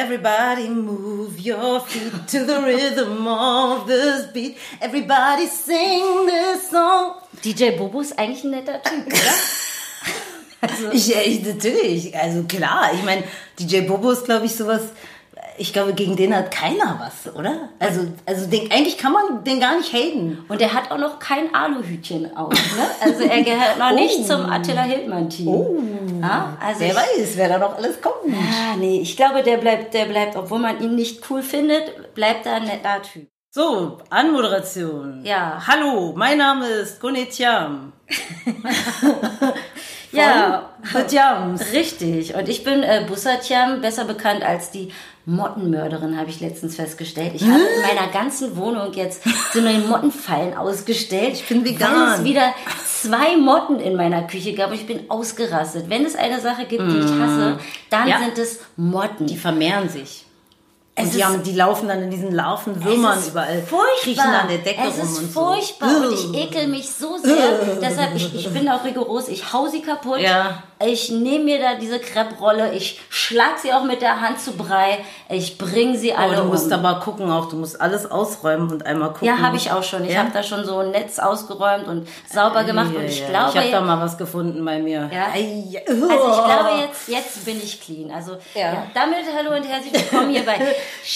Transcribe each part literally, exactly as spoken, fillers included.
Everybody move your feet to the rhythm of this beat. Everybody sing this song. D J Bobo ist eigentlich ein netter Typ, oder? Also. Ich, ich, natürlich, also klar. Ich meine, D J Bobo ist, glaube ich, sowas... Ich glaube, gegen den hat keiner was, oder? Also, also den, eigentlich kann man den gar nicht haten. Und er hat auch noch kein Aluhütchen auf, ne? Also er gehört noch oh. nicht zum Attila Hildmann-Team. Oh. Ja, also wer ich, weiß, wer da noch alles kommt. Ja, nee, ich glaube, der bleibt, der bleibt, obwohl man ihn nicht cool findet, bleibt er ein netter Typ. So, Anmoderation. Ja. Hallo, mein Name ist Gunetiam. Ja, richtig. Und ich bin äh, Bussatiam, besser bekannt als die Mottenmörderin, habe ich letztens festgestellt. Ich habe in meiner ganzen Wohnung jetzt so neue Mottenfallen ausgestellt. Ich bin vegan. Weil es wieder zwei Motten in meiner Küche gab und ich bin ausgerastet. Wenn es eine Sache gibt, die ich hasse, dann ja. sind es Motten. Die vermehren sich. Es und die, haben, die laufen dann in diesen Larvenwürmern überall, kriechen an der Decke es rum ist und furchtbar so. Und ich ekel mich so sehr. Deshalb, ich, ich bin auch rigoros, ich hau sie kaputt. Ja. Ich nehme mir da diese Krepprolle, ich schlag sie auch mit der Hand zu Brei, ich bringe sie alle um. Oh, du musst um. aber gucken auch, du musst alles ausräumen und einmal gucken. Ja, habe ich auch schon. Ich ja? habe da schon so ein Netz ausgeräumt und sauber gemacht ja, und ich ja. glaube... Ich habe da mal was gefunden bei mir. Ja? Also ich glaube, jetzt, jetzt bin ich clean. Also ja. Ja, damit hallo und herzlich willkommen hier bei...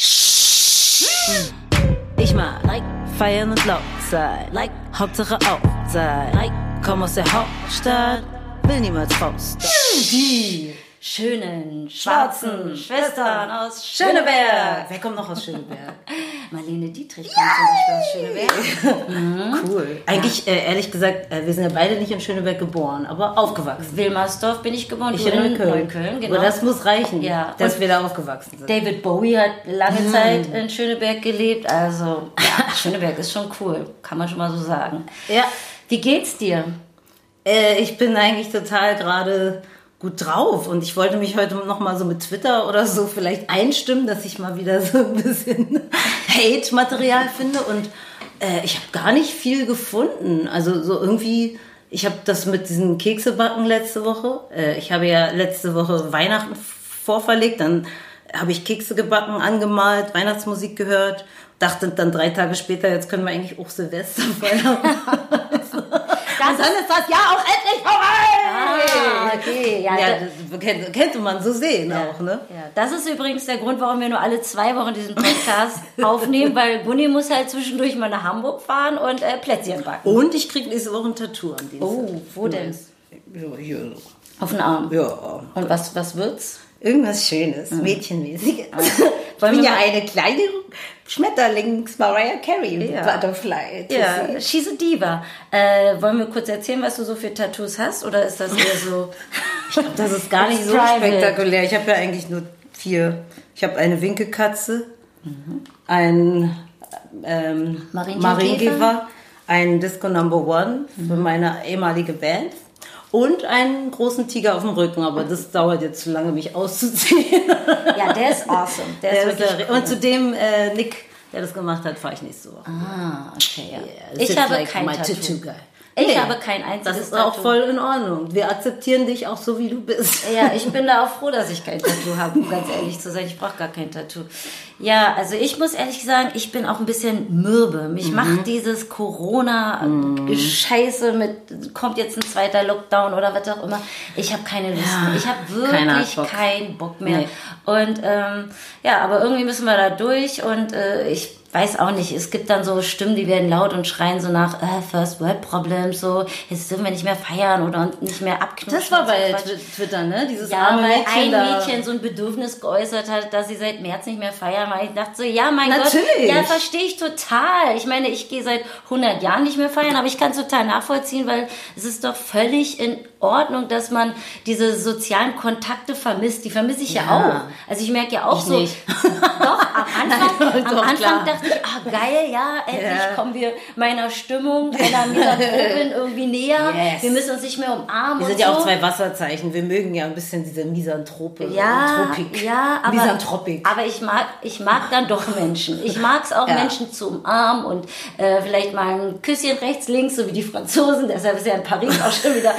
Ich mag like feiern und laut sein, like Hauptsache auch sein, like komm aus der Hauptstadt, will niemals raus. Die schönen schwarzen Schwestern aus Schöneberg. Wer kommt noch aus Schöneberg? Marlene Dietrich kommt zum Beispiel aus Schöneberg. Mhm. Cool. Eigentlich, äh, ehrlich gesagt, äh, wir sind ja beide nicht in Schöneberg geboren, aber aufgewachsen. Wilmersdorf bin ich geboren, ich du in Neukölln. Neukölln, genau. Aber das muss reichen, ja. dass und wir da aufgewachsen sind. David Bowie hat lange mhm. Zeit in Schöneberg gelebt, also ja, Schöneberg ist schon cool, kann man schon mal so sagen. Ja. Wie geht's dir? Äh, ich bin eigentlich total gerade... gut drauf und ich wollte mich heute noch mal so mit Twitter oder so vielleicht einstimmen, dass ich mal wieder so ein bisschen Hate-Material finde und äh, ich habe gar nicht viel gefunden. Also so irgendwie, ich habe das mit diesen Keksebacken letzte Woche, äh, ich habe ja letzte Woche Weihnachten vorverlegt, dann habe ich Kekse gebacken, angemalt, Weihnachtsmusik gehört, dachte dann drei Tage später, jetzt können wir eigentlich auch Silvester feiern. Und dann ist das Jahr auch endlich vorbei! Ah, okay. Ja, ja das könnte, könnte man so sehen ja, auch, ne? Ja. Das ist übrigens der Grund, warum wir nur alle zwei Wochen diesen Podcast aufnehmen, weil Gunni muss halt zwischendurch mal nach Hamburg fahren und äh, Plätzchen backen. Und ich kriege nächste Woche ein Tattoo am Dienstag. Oh, wo denn? Ja, hier so. Auf den Arm? Ja. Und was, was wird's? Irgendwas Schönes, mhm. Mädchenmäßiges. Ah. Ich bin ja eine kleine Schmetterlings-Mariah Carey ja. Butterfly. Ja, she's a diva. Äh, wollen wir kurz erzählen, was du so für Tattoos hast? Oder ist das eher so... Ich glaube, das ist gar nicht so private. Spektakulär. Ich habe ja eigentlich nur vier. Ich habe eine Winkelkatze, mhm. ein ähm, Marienkäfer, ein Disco Number One mhm. für meine ehemalige Band. Und einen großen Tiger auf dem Rücken, aber das dauert jetzt zu lange, mich auszuziehen. Ja, der ist awesome. Der der ist wirklich ist, cool. Und zu dem äh, Nick, der das gemacht hat, fahre ich nächste Woche. Ah, okay. Ja. Yeah, ich habe like kein Tattoo. Tattoo Ich nee, habe kein einziges Das ist Tattoo. auch voll in Ordnung. Wir akzeptieren dich auch so, wie du bist. Ja, ich bin da auch froh, dass ich kein Tattoo habe, um ganz ehrlich zu sein. Ich brauche gar kein Tattoo. Ja, also ich muss ehrlich sagen, ich bin auch ein bisschen mürbe. Mich mhm. macht dieses Corona-Gescheiße mit, kommt jetzt ein zweiter Lockdown oder was auch immer. Ich habe keine Lust ja, mehr. Ich habe wirklich Bock. keinen Bock mehr. Nee. Und ähm, ja, aber irgendwie müssen wir da durch und äh, ich weiß auch nicht, es gibt dann so Stimmen, die werden laut und schreien so nach äh, First World Problems, so, jetzt dürfen wir nicht mehr feiern oder nicht mehr abknutschen. Das war bei so Twitter, ne? Dieses ja, arme weil Mädchen ein da. Mädchen so ein Bedürfnis geäußert hat, dass sie seit März nicht mehr feiern, weil ich dachte so, ja, mein Natürlich. Gott, ja, verstehe ich total. Ich meine, ich gehe seit hundert Jahren nicht mehr feiern, aber ich kann es total nachvollziehen, weil es ist doch völlig in Ordnung, dass man diese sozialen Kontakte vermisst. Die vermisse ich ja, ja auch. Also ich merke ja auch ich so, nicht. doch, am Anfang, Nein, am doch, Anfang klar. dachte ich, ah, geil, ja, endlich Ja. kommen wir meiner Stimmung, meiner Misanthropin irgendwie näher. Yes. Wir müssen uns nicht mehr umarmen Wir und sind ja so. auch zwei Wasserzeichen. Wir mögen ja ein bisschen diese Misanthrope. Ja, Tropik. ja, aber, Misanthropik. aber ich mag, ich mag dann doch Menschen. Ich mag es auch, Ja. Menschen zu umarmen und äh, vielleicht mal ein Küsschen rechts, links, so wie die Franzosen. Deshalb ist ja in Paris auch schon wieder Chateau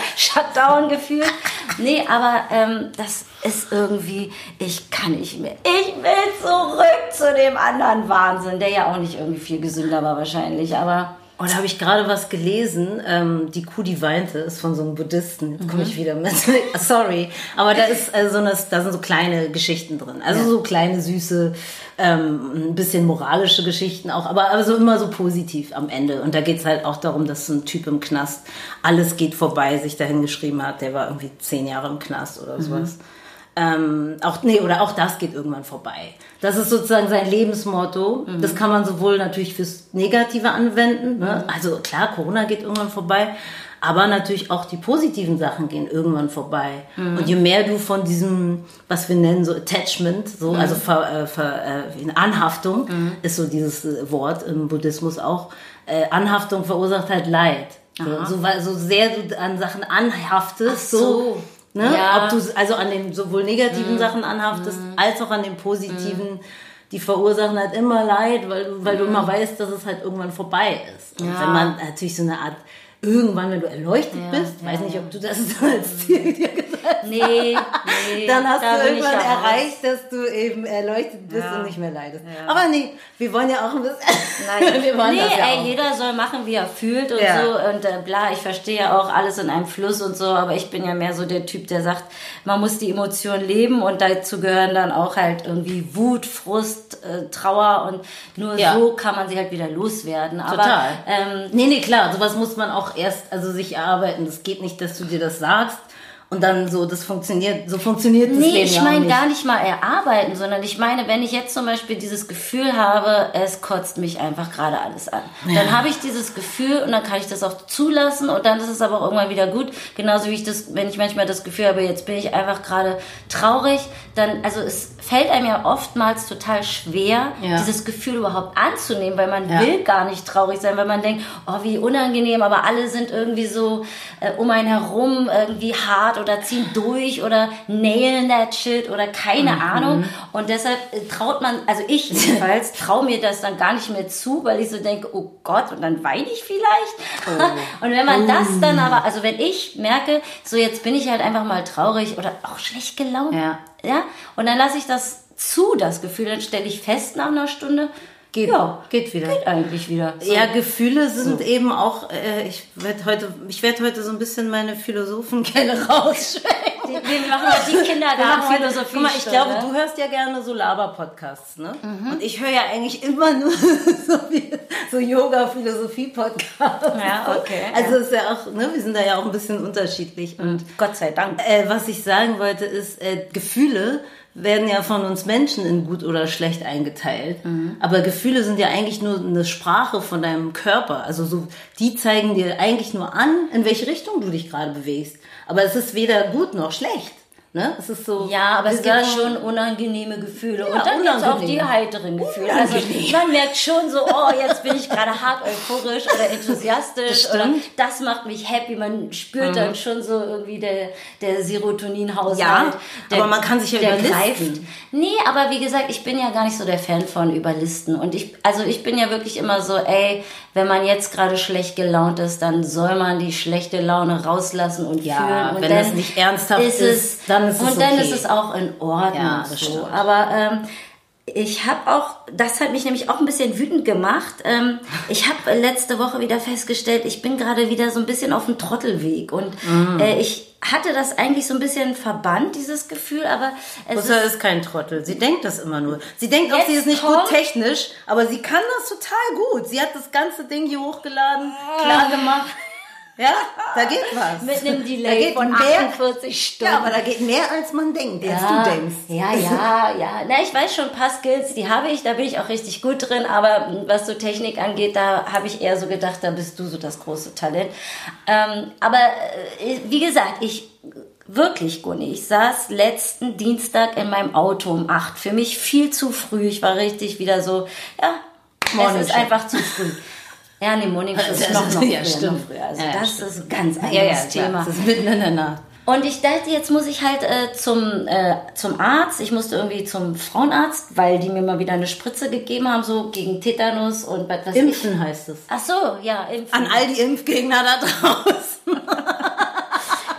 Shutdown gefühlt. Nee, aber ähm, das ist irgendwie, ich kann nicht mehr. Ich will zurück zu dem anderen Wahnsinn, der ja auch nicht irgendwie viel gesünder war wahrscheinlich, aber... Oh, da habe ich gerade was gelesen. Ähm, die Kuh, die weinte, ist von so einem Buddhisten. Jetzt komme ich wieder mit. Sorry. Aber da ist also so eine, da sind so kleine Geschichten drin. Also ja. so kleine, süße, ähm, ein bisschen moralische Geschichten auch. Aber also immer so positiv am Ende. Und da geht's halt auch darum, dass so ein Typ im Knast alles geht vorbei sich dahin geschrieben hat. Der war irgendwie zehn Jahre im Knast oder sowas. Mhm. Ähm, auch, nee, oder auch das geht irgendwann vorbei. Das ist sozusagen sein Lebensmotto. Mhm. Das kann man sowohl natürlich fürs Negative anwenden. Ne? Mhm. Also klar, Corona geht irgendwann vorbei. Aber natürlich auch die positiven Sachen gehen irgendwann vorbei. Mhm. Und je mehr du von diesem, was wir nennen, so Attachment, so, mhm. also Ver, äh, Ver, äh, Anhaftung, mhm. ist so dieses Wort im Buddhismus auch. Äh, Anhaftung verursacht halt Leid. So, so, so sehr du an Sachen anhaftest, Ach so. so Ne? Ja. Ob du also an den sowohl negativen mm. Sachen anhaftest, mm. als auch an den positiven, mm. die verursachen halt immer Leid, weil, weil mm. du immer weißt, dass es halt irgendwann vorbei ist. Und ja. wenn man natürlich so eine Art, irgendwann, wenn du erleuchtet ja, bist, ja, weiß nicht, ob du das als Ziel dir gesagt hast. Nee, nee. Dann hast da du irgendwann erreicht, dass du eben erleuchtet bist ja. und nicht mehr leidest. Ja. Aber nee, wir wollen ja auch ein bisschen... Nein, wir wollen nee, das ja ey, auch. Jeder soll machen, wie er fühlt und ja. so und äh, bla, ich verstehe ja auch alles in einem Fluss und so, aber ich bin ja mehr so der Typ, der sagt, man muss die Emotionen leben und dazu gehören dann auch halt irgendwie Wut, Frust, äh, Trauer und nur ja. so kann man sie halt wieder loswerden. Aber, Total. Ähm, nee, nee, klar, sowas muss man auch erst also sich erarbeiten. Das geht nicht, dass du dir das sagst und dann so, das funktioniert, so funktioniert das nee, Leben ja ich auch meine nicht. gar nicht mal erarbeiten, sondern ich meine, wenn ich jetzt zum Beispiel dieses Gefühl habe, es kotzt mich einfach gerade alles an, ja. dann habe ich dieses Gefühl und dann kann ich das auch zulassen und dann ist es aber auch irgendwann wieder gut. Genauso wie ich das, wenn ich manchmal das Gefühl habe, jetzt bin ich einfach gerade traurig, dann, also es fällt einem ja oftmals total schwer, ja. dieses Gefühl überhaupt anzunehmen, weil man ja. will gar nicht traurig sein, weil man denkt, oh, wie unangenehm, aber alle sind irgendwie so äh, um einen herum irgendwie hart oder ziehen durch oder nailen that shit oder keine mhm. Ahnung. Und deshalb traut man, also ich jedenfalls, traue mir das dann gar nicht mehr zu, weil ich so denke, oh Gott, und dann weine ich vielleicht. Oh. Und wenn man das dann aber, also wenn ich merke, so jetzt bin ich halt einfach mal traurig oder auch schlecht gelaunt, ja, ja, und dann lasse ich das zu, das Gefühl, dann stelle ich fest nach einer Stunde, Geht, ja, geht wieder. Geht eigentlich wieder. So. Ja, Gefühle sind so. eben auch, äh, ich werde heute, ich werde heute so ein bisschen meine Philosophenkelle rausschwenken. Wir machen mal die Kindergarten-Philosophie. Guck mal, ich glaube, du hörst ja gerne so Laber-Podcasts, ne? Mhm. Und ich höre ja eigentlich immer nur so, so Yoga-Philosophie-Podcasts. Ja, okay. Also ja. ist ja auch, ne, wir sind da ja auch ein bisschen unterschiedlich. Mhm. Und Gott sei Dank. Äh, was ich sagen wollte ist, äh, Gefühle werden ja von uns Menschen in gut oder schlecht eingeteilt. Mhm. Aber Gefühle sind ja eigentlich nur eine Sprache von deinem Körper. Also so, die zeigen dir eigentlich nur an, in welche Richtung du dich gerade bewegst. Aber es ist weder gut noch schlecht. Ne? Es ist so, ja, aber es gibt schon unangenehme Gefühle. Ja, und dann gibt es auch die heiteren Gefühle. Also man merkt schon so, oh, jetzt bin ich gerade hart euphorisch oder enthusiastisch das oder das macht mich happy. Man spürt mhm. dann schon so irgendwie der, der Serotoninhaushalt. Ja, der, aber man kann sich ja überlisten. Greift. Nee, aber wie gesagt, ich bin ja gar nicht so der Fan von Überlisten. Und ich, also ich bin ja wirklich immer so, ey, wenn man jetzt gerade schlecht gelaunt ist, dann soll man die schlechte Laune rauslassen und ja, fühlen. Und wenn das nicht ernsthaft ist, ist dann ist es und okay. dann ist es auch in Ordnung. Ja, das so. stimmt. Aber ähm, ich habe auch, das hat mich nämlich auch ein bisschen wütend gemacht. Ähm, ich habe letzte Woche wieder festgestellt, ich bin gerade wieder so ein bisschen auf dem Trottelweg. Und mm. äh, ich hatte das eigentlich so ein bisschen verbannt, dieses Gefühl, aber es Rosa ist, ist kein Trottel. Sie denkt das immer nur. Sie denkt auch, sie ist nicht gut technisch, aber sie kann das total gut. Sie hat das ganze Ding hier hochgeladen, klar gemacht. Ja, da geht was. Mit einem Delay von achtundvierzig Stunden. Ja, aber da geht mehr, als man denkt, ja, als du denkst. Ja, ja, ja. Na, ich weiß schon, ein paar Skills, die habe ich, da bin ich auch richtig gut drin, aber was so Technik angeht, da habe ich eher so gedacht, da bist du so das große Talent. Ähm, aber äh, wie gesagt, ich... Wirklich, Gunni, ich saß letzten Dienstag in meinem Auto um acht. Für mich viel zu früh. Ich war richtig wieder so, ja, Morning es ist einfach zu früh. Ja, nee, Morning ist noch, noch ja, früher, noch früher. Also ja, das stimmt. Ist ein ganz anderes ja, ja, Thema. Das ist mitten in der Nacht. Und ich dachte, jetzt muss ich halt äh, zum, äh, zum Arzt. Ich musste irgendwie zum Frauenarzt, weil die mir mal wieder eine Spritze gegeben haben, so gegen Tetanus und was weiß ich. Impfen heißt es. Ach so, ja, impfen. An all die Impfgegner da draußen.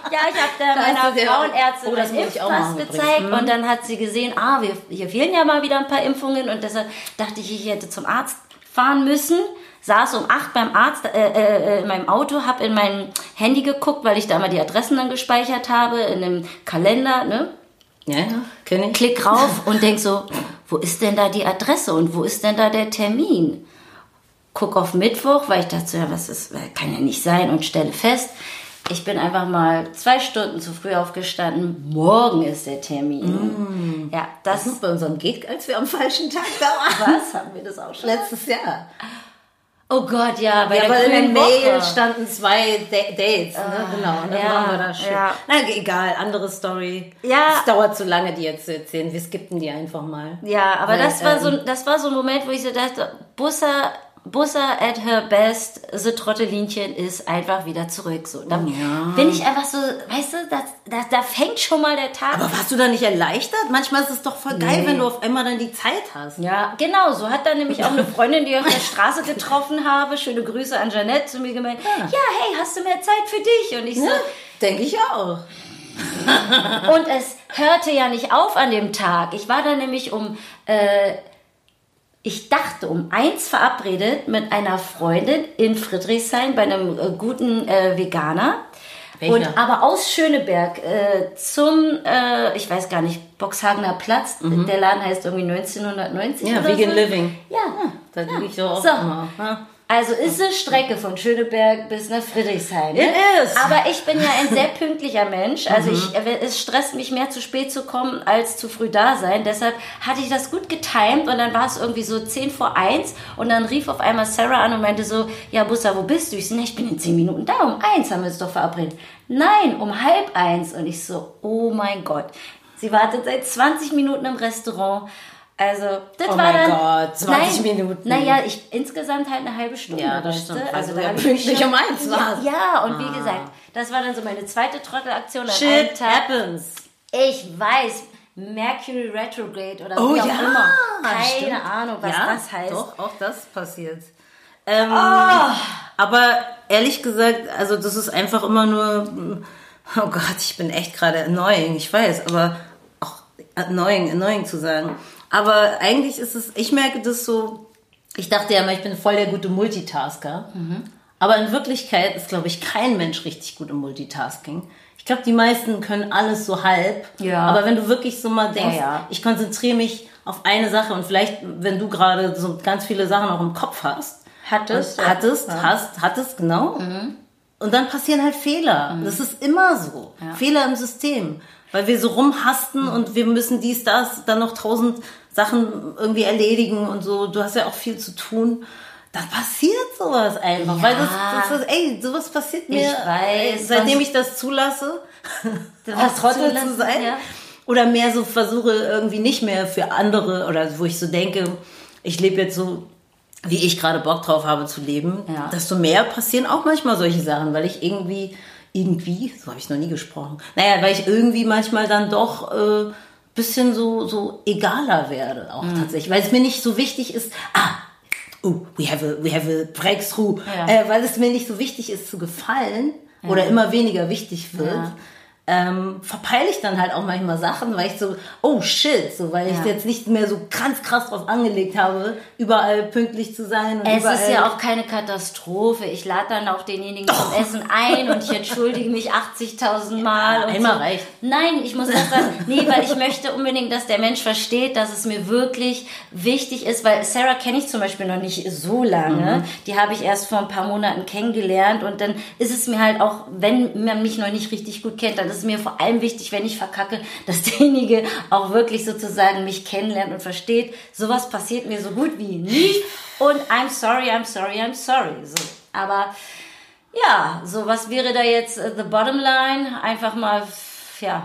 Ja, ich habe da Da meiner hast du dir- Frauenärztin Oh, das meinen muss ich auch Impfpass machen übrigens. gezeigt Mhm. und dann hat sie gesehen, ah, wir, hier fehlen ja mal wieder ein paar Impfungen und deshalb dachte ich, ich hätte zum Arzt fahren müssen. Saß um acht beim Arzt äh, äh, in meinem Auto, habe in mein Handy geguckt, weil ich da mal die Adressen dann gespeichert habe, in einem Kalender, ne? Ja, ja, kenn ich. Klick rauf und denk so, wo ist denn da die Adresse und wo ist denn da der Termin? Guck auf Mittwoch, weil ich dachte, so, ja, was ist, kann ja nicht sein und stelle fest, ich bin einfach mal zwei Stunden zu früh aufgestanden. Morgen ist der Termin. Mm. Ja, das, Das ist bei unserem Gig, als wir am falschen Tag da waren. was haben wir das auch schon? Letztes Jahr. Oh Gott, ja, bei Ja, der aber in der grünen Mail Woche. standen zwei Da- Dates, ne? Genau. Und dann ja, waren wir da schön. ja. Na, egal, andere Story. Ja. Es dauert zu lange, die jetzt zu erzählen. Wir skippen die einfach mal. Ja, aber Weil, das war ähm, so, das war so ein Moment, wo ich so dachte, Bussa, Bussa at her best, the Trottelinchen ist einfach wieder zurück. So, da Ja. bin ich einfach so, weißt du, das, das, da fängt schon mal der Tag. Aber warst du da nicht erleichtert? Manchmal ist es doch voll geil, Nee. wenn du auf einmal dann die Zeit hast. Ja, genau, so hat dann nämlich auch eine Freundin, die ich auf der Straße getroffen habe, schöne Grüße an Janette, zu mir gemeint, ja, hey, hast du mehr Zeit für dich? Und ich so, Ja, denke ich auch. und es hörte ja nicht auf an dem Tag. Ich war dann nämlich um, äh, ich dachte um eins verabredet mit einer Freundin in Friedrichshain bei einem äh, guten äh, Veganer. Welcher? Und aber aus Schöneberg äh, zum, äh, ich weiß gar nicht, Boxhagener Platz. Der Laden heißt irgendwie neunzehnhundertneunzig Ja, oder Vegan so. Living. Ja, Da liege ich so auch So. immer. Ja. also ist eine Strecke von Schöneberg bis nach Friedrichshain. Ne? It is. Aber ich bin ja ein sehr pünktlicher Mensch. Also ich, es stresst mich mehr, zu spät zu kommen, als zu früh da sein. Deshalb hatte ich das gut getimt und dann war es irgendwie so zehn vor eins und dann rief auf einmal Sarah an und meinte so, ja Bussa, wo bist du? Ich so, ne, ich bin in zehn Minuten da. Um eins haben wir uns doch verabredet. Nein, um halb eins. Und ich so, oh mein Gott. Sie wartet seit zwanzig Minuten im Restaurant. Also, das Oh war mein dann... Gott, zwanzig nein, Minuten. Naja, ich insgesamt halt eine halbe Stunde. Ja, das weißt du? stimmt. Also, Also, da hab ich pünktlich schon- um eins war's. Ja, ja, und wie gesagt, das war dann so meine zweite Trottelaktion an einem Shit Tag. happens. Ich weiß, Mercury Retrograde oder Oh wie auch ja, immer. Keine stimmt. Ahnung, was ja, das heißt. Doch, auch das passiert. Ähm, Aber ehrlich gesagt, also das ist einfach immer nur, oh Gott, ich bin echt gerade annoying, ich weiß, aber auch annoying, annoying zu sagen. Aber eigentlich ist es, ich merke das so, ich dachte ja immer, ich bin voll der gute Multitasker. Aber in Wirklichkeit ist, glaube ich, kein Mensch richtig gut im Multitasking. Ich glaube, die meisten können alles so halb. Ja. Aber wenn du wirklich so mal denkst, Ja, ja. ich konzentriere mich auf eine Sache und vielleicht, wenn du gerade so ganz viele Sachen auch im Kopf hast, Hattest, und ja. hattest, Ja. hast, hattest, genau. Und dann passieren halt Fehler. Das ist immer so. Fehler im System. Weil wir so rumhasten und wir müssen dies, das, dann noch tausend Sachen irgendwie erledigen und so. Du hast ja auch viel zu tun. Dann passiert sowas einfach. Ja. Weil das, das ist, ey, sowas passiert mir. Ich weiß, Seitdem was- ich das zulasse, Das auch Trottel zulassen, zu sein. ja. Oder mehr so versuche irgendwie nicht mehr für andere oder wo ich so denke, ich lebe jetzt so, wie ich gerade Bock drauf habe zu leben. Ja. Desto mehr passieren auch manchmal solche Sachen, weil ich irgendwie, irgendwie, so habe ich noch nie gesprochen, naja, weil ich irgendwie manchmal dann doch äh, bisschen so, so egaler werde auch Mhm. tatsächlich, weil es mir nicht so wichtig ist, ah, oh, we have a, we have a breakthrough, Ja. äh, weil es mir nicht so wichtig ist zu gefallen oder immer weniger wichtig wird. Ja. Ähm, verpeile ich dann halt auch manchmal Sachen, weil ich so, oh shit, so, weil ich Ja. jetzt nicht mehr so ganz krass drauf angelegt habe, überall pünktlich zu sein. Und Es überall ist ja auch keine Katastrophe. Ich lade dann auch denjenigen zum Essen ein und ich entschuldige mich achtzigtausend Mal. Ja, und einmal so. reicht. Nein, ich muss das sagen. Nee, weil ich möchte unbedingt, dass der Mensch versteht, dass es mir wirklich wichtig ist, weil Sarah kenne ich zum Beispiel noch nicht so lange. Mhm. Die habe ich erst vor ein paar Monaten kennengelernt und dann ist es mir halt auch, wenn man mich noch nicht richtig gut kennt, dann ist es mir vor allem wichtig, wenn ich verkacke, dass derjenige auch wirklich sozusagen mich kennenlernt und versteht. Sowas passiert mir so gut wie nie. Und I'm sorry, I'm sorry, I'm sorry. So. Aber ja, so was wäre da jetzt äh, the bottom line? Einfach mal, ja.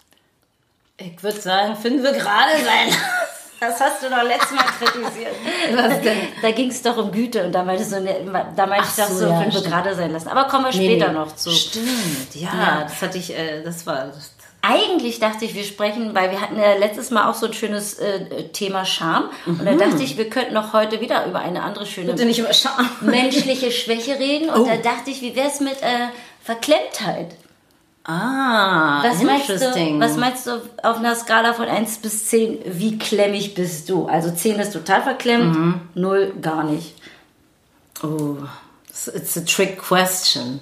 Ich würde sagen, finden wir gerade sein. Das hast du doch letztes Mal kritisiert. Was denn? Da ging es doch um Güte und da meinte, so, da meinte ich Ach doch so, so, ja, finden wir stimmt. gerade sein lassen. Aber kommen wir Nee, später nee. noch zu. Stimmt, ja, Ja. das hatte ich, äh, das war, das, Eigentlich dachte ich, wir sprechen, weil wir hatten ja letztes Mal auch so ein schönes äh, Thema Scham. Und da dachte ich, wir könnten auch heute wieder über eine andere schöne bitte nicht über Scham. menschliche Schwäche reden. Und Oh. da dachte ich, wie wäre es mit äh, Verklemmtheit? Ah, was meinst du, interesting. was meinst du auf einer Skala von eins bis zehn, wie klemmig bist du? Also zehn ist total verklemmt, mhm. null gar nicht. Oh, it's a trick question.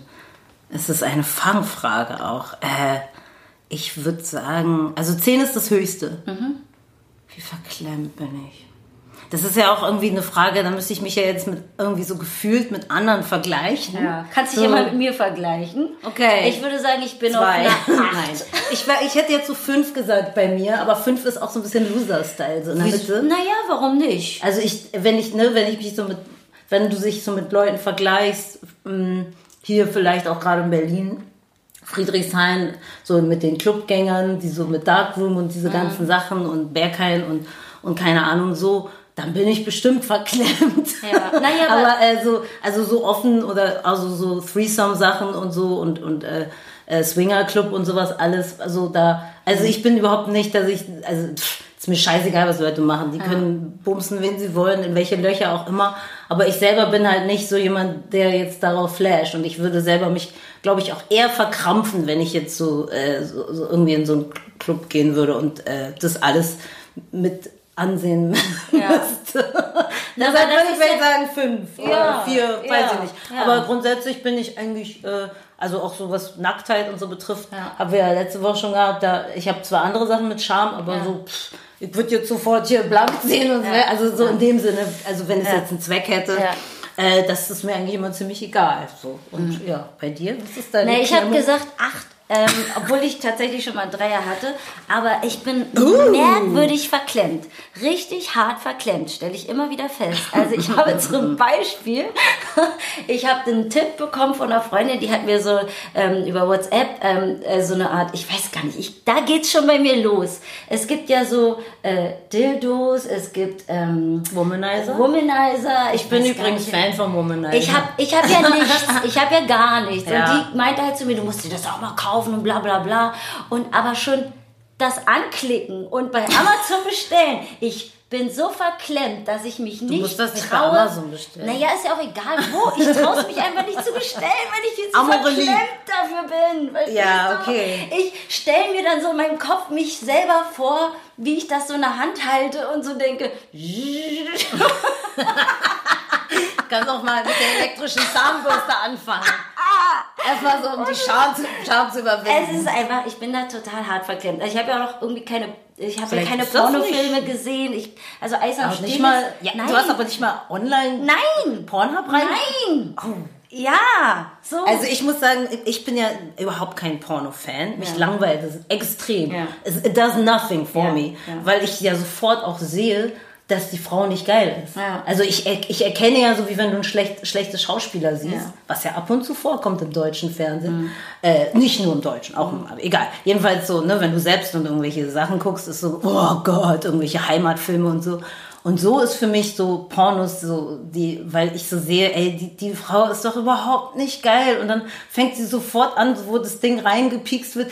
Es ist eine Fangfrage auch. Äh, ich würde sagen, also zehn ist das Höchste. Mhm. Wie verklemmt bin ich? Das ist ja auch irgendwie eine Frage, da müsste ich mich ja jetzt mit irgendwie so gefühlt mit anderen vergleichen. Ja. Kannst dich so. ja mal mit mir vergleichen. Okay. Ich würde sagen, ich bin Zwei. auf einer acht. Nein. Ich, wär, ich hätte jetzt so fünf gesagt bei mir, aber fünf ist auch so ein bisschen Loser-Style. So, naja, warum nicht? Also ich, wenn ich, ne, wenn ich mich so mit, wenn du dich so mit Leuten vergleichst, mh, hier vielleicht auch gerade in Berlin, Friedrichshain, so mit den Clubgängern, die so mit Darkroom und diese mhm. ganzen Sachen und Berghain und, und keine Ahnung so, dann bin ich bestimmt verklemmt. Ja. Naja, aber aber äh, so, also so offen oder also so Threesome-Sachen und so und, und äh, äh, Swinger-Club und sowas alles. Also da, also ich bin überhaupt nicht, dass ich, also pff, ist mir scheißegal, was Leute machen. Die ja. können bumsen, wen sie wollen, in welche Löcher auch immer. Aber ich selber bin halt nicht so jemand, der jetzt darauf flasht. Und ich würde selber mich, glaube ich, auch eher verkrampfen, wenn ich jetzt so, äh, so, so irgendwie in so einen Club gehen würde und äh, das alles mit ansehen ja. müsste. Deshalb würde ich vielleicht sagen fünf ja. oder vier, ja. weiß ich nicht. Ja. Aber grundsätzlich bin ich eigentlich, äh, also auch so was Nacktheit und so betrifft, ja. haben wir ja letzte Woche schon gehabt, da, ich habe zwar andere Sachen mit Charme, aber ja. so, pff, ich würde jetzt sofort hier blank sehen und ja. also so ja. in dem Sinne, also wenn es ja. jetzt einen Zweck hätte, ja. äh, das ist mir eigentlich immer ziemlich egal. So. Und mhm. ja, bei dir, was ist deine Nee, ich habe gesagt acht. Ähm, obwohl ich tatsächlich schon mal einen Dreier hatte, aber ich bin uh. merkwürdig verklemmt. Richtig hart verklemmt, stelle ich immer wieder fest. Also ich habe zum Beispiel, ich habe einen Tipp bekommen von einer Freundin, die hat mir so ähm, über WhatsApp ähm, äh, so eine Art, ich weiß gar nicht, ich, da geht's schon bei mir los. Es gibt ja so äh, Dildos, es gibt ähm, Womanizer. Womanizer. Ich, ich bin übrigens nicht, Fan von Womanizer. Ich habe ich hab ja nichts, ich habe ja gar nichts. Ja. Und die meinte halt zu mir, du musst dir das auch mal kaufen und bla bla bla. Und aber schon das anklicken und bei Amazon bestellen. Ich bin so verklemmt, dass ich mich nicht traue. Du musst das nicht bei Amazon bestellen. Naja, ist ja auch egal wo. Ich traue es mich einfach nicht zu bestellen, weil ich viel zu Amorelie. verklemmt dafür bin. Weil ja, okay. Ich stelle mir dann so in meinem Kopf mich selber vor, wie ich das so in der Hand halte und so denke. Kannst auch mal mit der elektrischen Zahnbürste anfangen. Erstmal so, um die Scham zu, Scham zu überwinden. Es ist einfach, ich bin da total hart verklemmt. Ich habe ja auch noch irgendwie keine, ich habe ja keine Pornofilme gesehen. Ich, also Eis am Stiel. Ja, du hast aber nicht mal online Nein. Pornhub rein? Nein. Oh. Ja, so. Also ich muss sagen, ich bin ja überhaupt kein Porno-Fan. Mich ja. langweilt das extrem. Ja. It does nothing for ja. me. Ja. Weil ich ja sofort auch sehe, dass die Frau nicht geil ist. Ja. Also ich, ich erkenne ja so, wie wenn du einen schlecht, schlechten Schauspieler siehst, ja. was ja ab und zu vorkommt im deutschen Fernsehen. Mhm. Äh, nicht nur im Deutschen, auch im, aber egal. Jedenfalls so, ne, wenn du selbst und irgendwelche Sachen guckst, ist so, oh Gott, irgendwelche Heimatfilme und so. Und so ist für mich so Pornos so, die, weil ich so sehe, ey, die, die Frau ist doch überhaupt nicht geil. Und dann fängt sie sofort an, wo das Ding reingepiekst wird.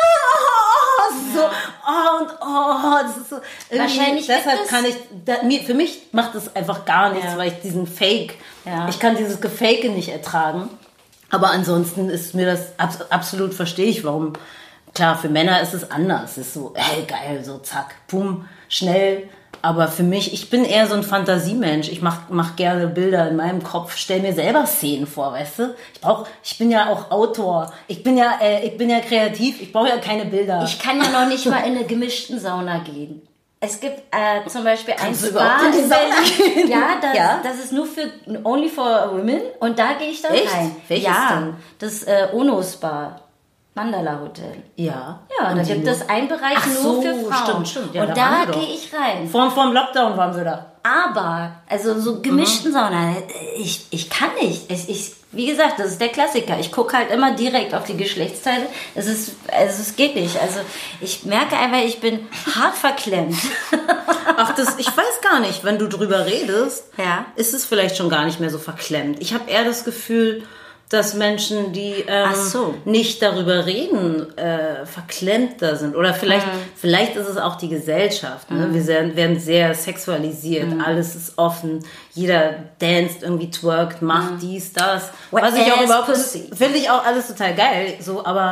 Ah, so, oh und oh, das ist so. Wahrscheinlich deshalb kann ich, da, mir, für mich macht das einfach gar nichts, ja. weil ich diesen Fake, ja. ich kann dieses Gefake nicht ertragen. Aber ansonsten ist mir das abs- absolut, verstehe ich, warum. Klar, für Männer ist es anders. Es ist so, hey, geil, so zack, pum, schnell. Aber für mich, ich bin eher so ein Fantasiemensch. Ich mach, mach gerne Bilder in meinem Kopf, stell mir selber Szenen vor, weißt du? Ich brauch, ich bin ja auch Autor. Ich bin ja, äh, ich bin ja kreativ. Ich brauche ja keine Bilder. Ich kann ja noch nicht mal in eine gemischten Sauna gehen. Es gibt äh, zum Beispiel ein Kannst Spa in die in Sauna Berlin. gehen? Ja, das, ja, das ist nur für only for women und da gehe ich dann Echt? rein. Welches ja, denn? Das äh, Ono Spa. Mandala Hotel. Ja. Ja, da gibt es einen Bereich Ach nur so, für Frauen. Stimmt, stimmt. Ja, und da da, da gehe ich rein. Vor, vor dem Lockdown waren wir da. Aber, also so gemischten mhm. Sauna, ich, ich kann nicht. Ich, ich, wie gesagt, das ist der Klassiker. Ich gucke halt immer direkt auf die Geschlechtsteile. Es ist, also es geht nicht. Also ich merke einfach, ich bin hart verklemmt. Ach, das, ich weiß gar nicht, wenn du drüber redest, ja. ist es vielleicht schon gar nicht mehr so verklemmt. Ich habe eher das Gefühl, dass Menschen, die ähm, Ach so. nicht darüber reden, äh, verklemmter sind. Oder vielleicht, mhm. vielleicht ist es auch die Gesellschaft. Ne? Mhm. Wir werden, werden sehr sexualisiert. Mhm. Alles ist offen. Jeder danst, irgendwie twerkt, macht mhm. dies, das. What Was ich auch ass überhaupt, pussy. finde ich auch alles total geil. So, aber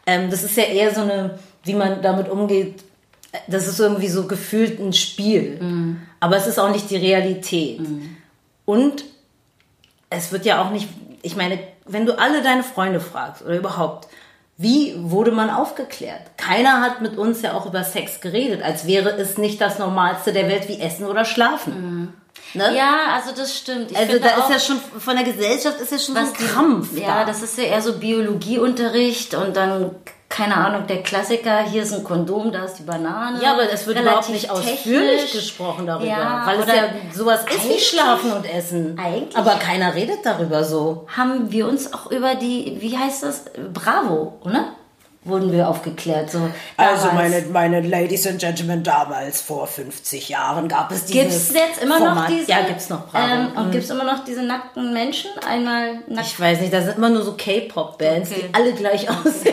Ähm, das ist ja eher so eine, wie man damit umgeht, das ist irgendwie so gefühlt ein Spiel. Mhm. Aber es ist auch nicht die Realität. Mhm. Und es wird ja auch nicht, ich meine, wenn du alle deine Freunde fragst oder überhaupt, wie wurde man aufgeklärt? Keiner hat mit uns ja auch über Sex geredet, als wäre es nicht das Normalste der Welt wie Essen oder Schlafen. Mhm. Ne? Ja, also das stimmt. Ich also da ist ja schon, von der Gesellschaft ist ja schon was so ein Krampf. Die, ja, das ist ja eher so Biologieunterricht und dann, keine Ahnung, der Klassiker, hier ist ein Kondom, da ist die Banane. Ja, aber es wird überhaupt nicht ausführlich gesprochen darüber, ja, weil es ja sowas ist wie Schlafen und Essen. Eigentlich. Aber keiner redet darüber so. Haben wir uns auch über die, wie heißt das, Bravo, oder? Wurden wir aufgeklärt. So, also meine, meine Ladies and Gentlemen, damals vor fünfzig Jahren gab es dieses Gibt es jetzt immer Format. noch diese? Ja, gibt es noch Bravo. Ähm, und mhm. gibt es immer noch diese nackten Menschen? Einmal nackt. Ich weiß nicht, da sind immer nur so K-Pop-Bands, okay. die alle gleich aussehen.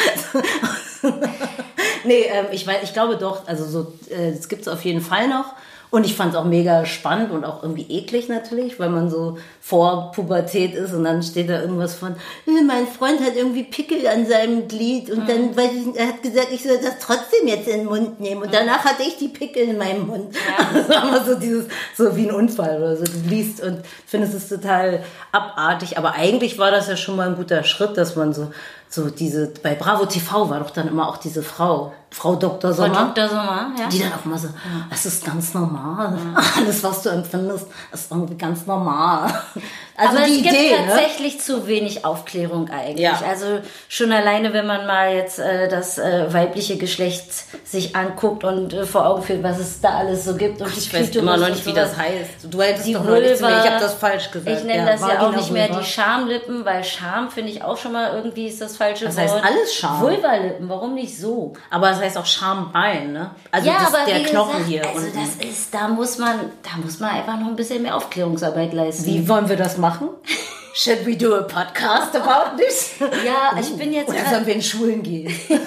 nee, ähm, ich, weiß, ich glaube doch, also so, äh, das gibt es auf jeden Fall noch. Und ich fand es auch mega spannend und auch irgendwie eklig natürlich, weil man so vor Pubertät ist und dann steht da irgendwas von, mein Freund hat irgendwie Pickel an seinem Glied und mhm. dann, weil ich, er hat gesagt, ich soll das trotzdem jetzt in den Mund nehmen und danach hatte ich die Pickel in meinem Mund. Ja. Das war immer so dieses, so wie ein Unfall oder so, du liest und findest es total abartig, aber eigentlich war das ja schon mal ein guter Schritt, dass man so, so diese, bei Bravo T V war doch dann immer auch diese Frau, Frau Doktor Sommer. Frau Doktor Sommer, ja. Die dann auch immer so, es ist ganz normal. Ja. Alles, was du empfindest, ist irgendwie ganz normal. Also aber die es gibt Idee, tatsächlich ne? zu wenig Aufklärung eigentlich. Ja. Also schon alleine, wenn man mal jetzt äh, das äh, weibliche Geschlecht sich anguckt und äh, vor Augen führt, was es da alles so gibt. Und Ach, ich weiß immer noch nicht, wie das heißt. Du hättest doch noch nicht zu mir, ich habe das falsch gesagt. Ich nenne ja, das ja auch nicht mehr Vulva. Die Schamlippen, weil Scham finde ich auch schon mal irgendwie ist das falsche das Wort. Das heißt alles Scham. Vulvalippen, warum nicht so? Aber es heißt auch Schambein, ne? Also ja, das, aber der wie Knochen gesagt, hier. Also unten. das ist, da muss man, da muss man einfach noch ein bisschen mehr Aufklärungsarbeit leisten. Wie wollen wir das machen? Should we do a podcast about this? Ja, ich bin jetzt... Oder sollen wir in Schulen gehen?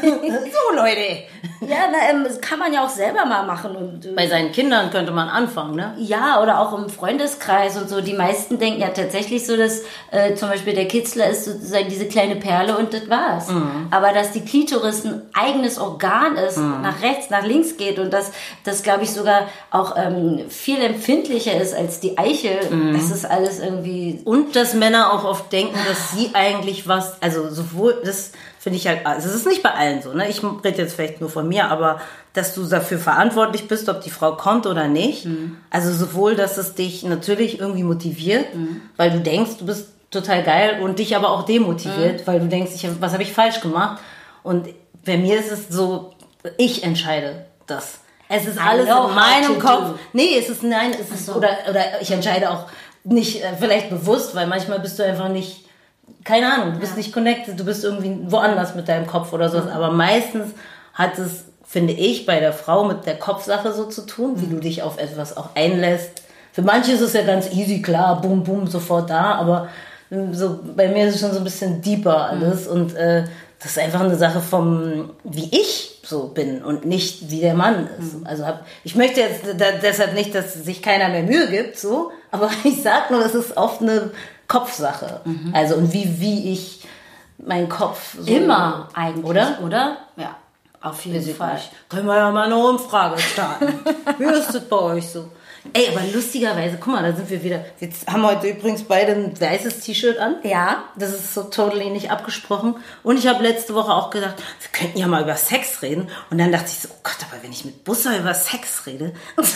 So, Leute. Ja, na, ähm, das kann man ja auch selber mal machen. Und, äh, bei seinen Kindern könnte man anfangen, ne? Ja, oder auch im Freundeskreis und so. Die meisten denken ja tatsächlich so, dass äh, zum Beispiel der Kitzler ist sozusagen diese kleine Perle und das war's. Mhm. Aber dass die Klitoris ein eigenes Organ ist, mhm. nach rechts, nach links geht und dass das, glaube ich, sogar auch ähm, viel empfindlicher ist als die Eichel. Mhm. Das ist alles irgendwie... Und dass Männer auch oft denken, dass sie eigentlich was, also sowohl, das finde ich halt, also es ist nicht bei allen so, ne? Ich rede jetzt vielleicht nur von mir, aber dass du dafür verantwortlich bist, ob die Frau kommt oder nicht. Mhm. Also sowohl, dass es dich natürlich irgendwie motiviert, mhm. weil du denkst, du bist total geil und dich aber auch demotiviert, mhm. weil du denkst, ich, was habe ich falsch gemacht? Und bei mir ist es so, ich entscheide das. Es ist alles in meinem Kopf. Do. Nee, es ist, nein, es ist, so. oder, oder ich entscheide auch nicht äh, vielleicht bewusst, weil manchmal bist du einfach nicht, keine Ahnung, du bist ja. nicht connected, du bist irgendwie woanders mit deinem Kopf oder sowas. Mhm. Aber meistens hat es, finde ich, bei der Frau mit der Kopfsache so zu tun, mhm. wie du dich auf etwas auch einlässt. Für manche ist es ja ganz easy, klar, boom, boom, sofort da, aber so bei mir ist es schon so ein bisschen deeper alles mhm. und äh, das ist einfach eine Sache vom, wie ich so bin und nicht wie der Mann ist. Mhm. Also hab, ich möchte jetzt da, deshalb nicht, dass sich keiner mehr Mühe gibt, so, aber ich sag nur, es ist oft eine Kopfsache. Mhm. Also und wie, wie ich meinen Kopf so... Immer eigentlich, oder? Oder? Ja, auf jeden Fall. Nicht. Können wir ja mal eine Umfrage starten. Wie ist das bei euch so? Ey, aber lustigerweise, guck mal, da sind wir wieder. Jetzt haben wir heute übrigens beide ein weißes T-Shirt an. Ja. Das ist so totally nicht abgesprochen. Und ich habe letzte Woche auch gedacht, wir könnten ja mal über Sex reden. Und dann dachte ich so, oh Gott, aber wenn ich mit Bussa über Sex rede.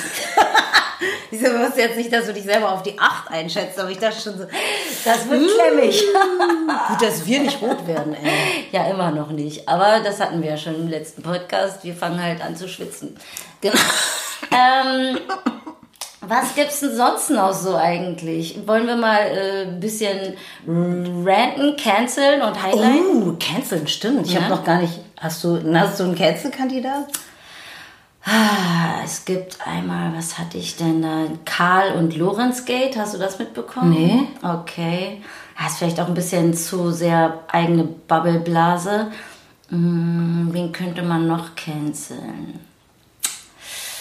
Ich so, du wusste jetzt nicht, dass du dich selber auf die acht einschätzt, aber ich dachte schon so, das wird klemmig. Gut, dass wir nicht rot werden, ey. Ja, immer noch nicht. Aber das hatten wir ja schon im letzten Podcast. Wir fangen halt an zu schwitzen. Genau. ähm... Was gibt's denn sonst noch so eigentlich? Wollen wir mal ein äh, bisschen ranten, canceln und highlighten? Oh, canceln, stimmt. Ich ja? habe noch gar nicht... Hast du, hast du einen Cancel-Kandidat? Ah, es gibt einmal, was hatte ich denn da? Karl und Lorenz Gate, hast du das mitbekommen? Nee. Okay. Das ist vielleicht auch ein bisschen zu sehr eigene Bubbleblase. Hm, wen könnte man noch canceln?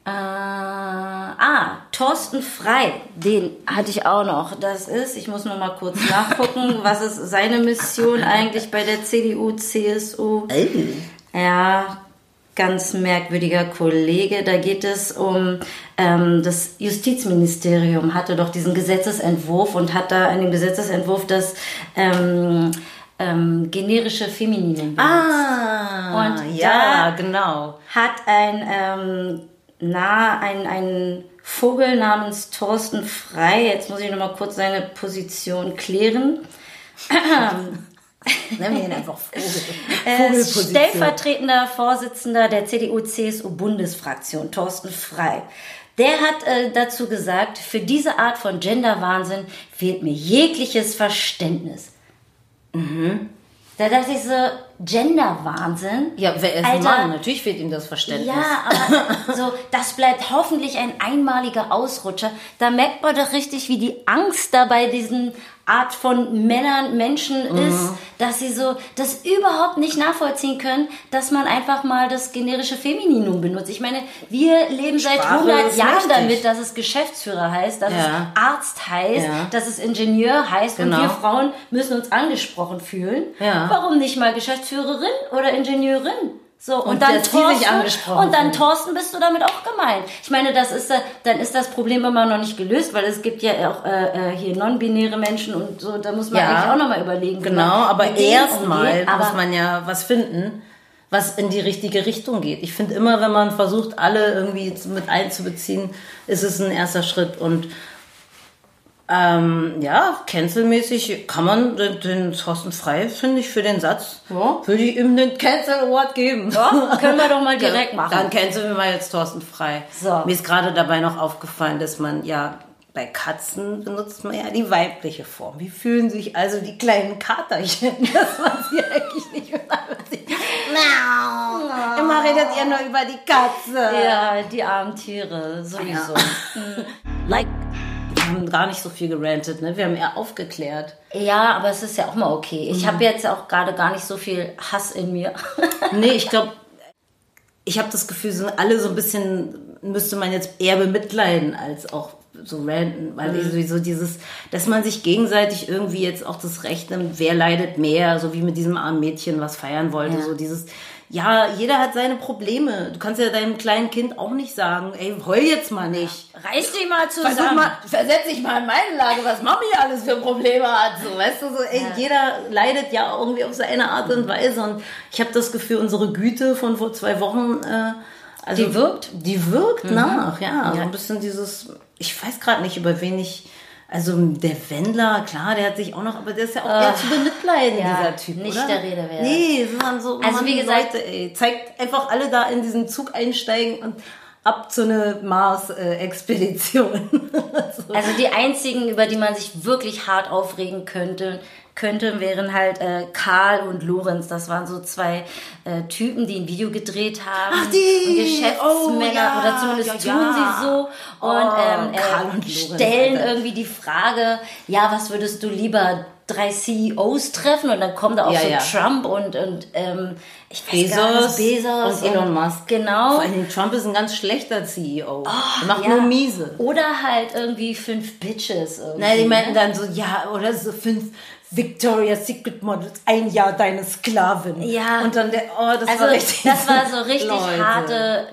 Äh, ah, Thorsten Frey, den hatte ich auch noch. Das ist, ich muss noch mal kurz nachgucken, was ist seine Mission eigentlich bei der C D U, C S U? Ey. Ja, ganz merkwürdiger Kollege. Da geht es um, ähm, das Justizministerium hatte doch diesen Gesetzesentwurf und hat da in dem Gesetzesentwurf das ähm, ähm, generische Feminin benutzt. Ah, und ja, da genau. hat ein ähm, na ein, ein Vogel namens Thorsten Frey, jetzt muss ich noch mal kurz seine Position klären. Nennen wir ihn einfach Vogel. Er ist stellvertretender Vorsitzender der C D U-C S U-Bundesfraktion, Thorsten Frey. Der hat äh, dazu gesagt, für diese Art von Genderwahnsinn fehlt mir jegliches Verständnis. Mhm. Da dachte ich so, Genderwahnsinn? Ja, wer ist ein Mann? Natürlich fehlt ihm das Verständnis. Ja, aber so, das bleibt hoffentlich ein einmaliger Ausrutscher. Da merkt man doch richtig, wie die Angst da bei diesen Art von Männern, Menschen ist, mhm. dass sie so das überhaupt nicht nachvollziehen können, dass man einfach mal das generische Femininum benutzt. Ich meine, wir leben seit Sprache hundert Jahren mächtig. damit, dass es Geschäftsführer heißt, dass ja. es Arzt heißt, ja. dass es Ingenieur heißt genau. und wir Frauen müssen uns angesprochen fühlen. Ja. Warum nicht mal Geschäftsführerin oder Ingenieurin? So, und, und dann dass die sich angesprochen und dann sind. Thorsten bist du damit auch gemeint. Ich meine, das ist dann ist das Problem immer noch nicht gelöst, weil es gibt ja auch äh, hier non-binäre Menschen und so, da muss man ja, eigentlich auch nochmal überlegen. Genau, aber erstmal aber muss man ja was finden, was in die richtige Richtung geht. Ich finde immer, wenn man versucht, alle irgendwie mit einzubeziehen, ist es ein erster Schritt und Ähm, ja, cancelmäßig kann man den, den Thorsten Frey, finde ich, für den Satz, ja. würde ich ihm den Cancel Award geben. Ja, können wir doch mal direkt machen. Dann canceln wir mal jetzt Thorsten Frey. So. Mir ist gerade dabei noch aufgefallen, dass man ja bei Katzen benutzt man ja die weibliche Form. Wie fühlen sich also die kleinen Katerchen, dass man sie eigentlich nicht übersieht? No. Immer redet ihr nur über die Katze. Ja, die armen Tiere, sowieso. Ja. Like Wir haben gar nicht so viel gerantet, ne? Wir haben eher aufgeklärt. Ja, aber es ist ja auch mal okay. Ich mhm. habe jetzt auch gerade gar nicht so viel Hass in mir. Nee, ich glaube, ich habe das Gefühl, sind alle so ein bisschen, müsste man jetzt eher bemitleiden, als auch so ranten. Weil mhm. sowieso dieses, dass man sich gegenseitig irgendwie jetzt auch das Recht nimmt, wer leidet mehr, so wie mit diesem armen Mädchen, was feiern wollte. Ja. So dieses, ja, jeder hat seine Probleme. Du kannst ja deinem kleinen Kind auch nicht sagen, ey, heul jetzt mal nicht. Reiß dich mal zusammen. Versuch mal, versetz dich mal in meine Lage, was Mami alles für Probleme hat. So, weißt du, so, ey, ja. jeder leidet ja irgendwie auf seine Art und Weise. Und ich habe das Gefühl, unsere Güte von vor zwei Wochen, äh, also die wirkt? Die wirkt mhm. nach, ja. ja. So ein bisschen dieses, ich weiß gerade nicht, über wen ich... Also der Wendler, klar, der hat sich auch noch, aber der ist ja auch eher uh, zu bemitleiden, ja, dieser Typ, nicht oder? der Rede wert. Nee, es waren so, also Mann, wie gesagt, Leute, ey, zeigt einfach alle da in diesen Zug einsteigen und ab zu einer Mars-Expedition. so. Also die einzigen, über die man sich wirklich hart aufregen könnte, könnte, wären halt äh, Karl und Lorenz. Das waren so zwei äh, Typen, die ein Video gedreht haben. Ach, die! Und Geschäftsmänner, oh, ja, oder zumindest ja, tun ja. sie so. Und, oh, ähm, äh, Karl und Lorenz, stellen Alter. irgendwie die Frage, ja, was würdest du lieber drei C E Os treffen? Und dann kommt da auch ja, so ja. Trump und, und ähm, ich weiß Bezos, gar nicht, Bezos und Elon Musk. Genau. Vor allem Trump ist ein ganz schlechter C E O. Oh, er macht ja. nur miese. Oder halt irgendwie fünf Bitches. Irgendwie, Nein, die meinten ne? dann so, ja, oder so fünf Victoria's Secret Models, ein Jahr deine Sklavin. Ja. Und dann der, oh, das also, war richtig. Das war so richtig Leute. harte,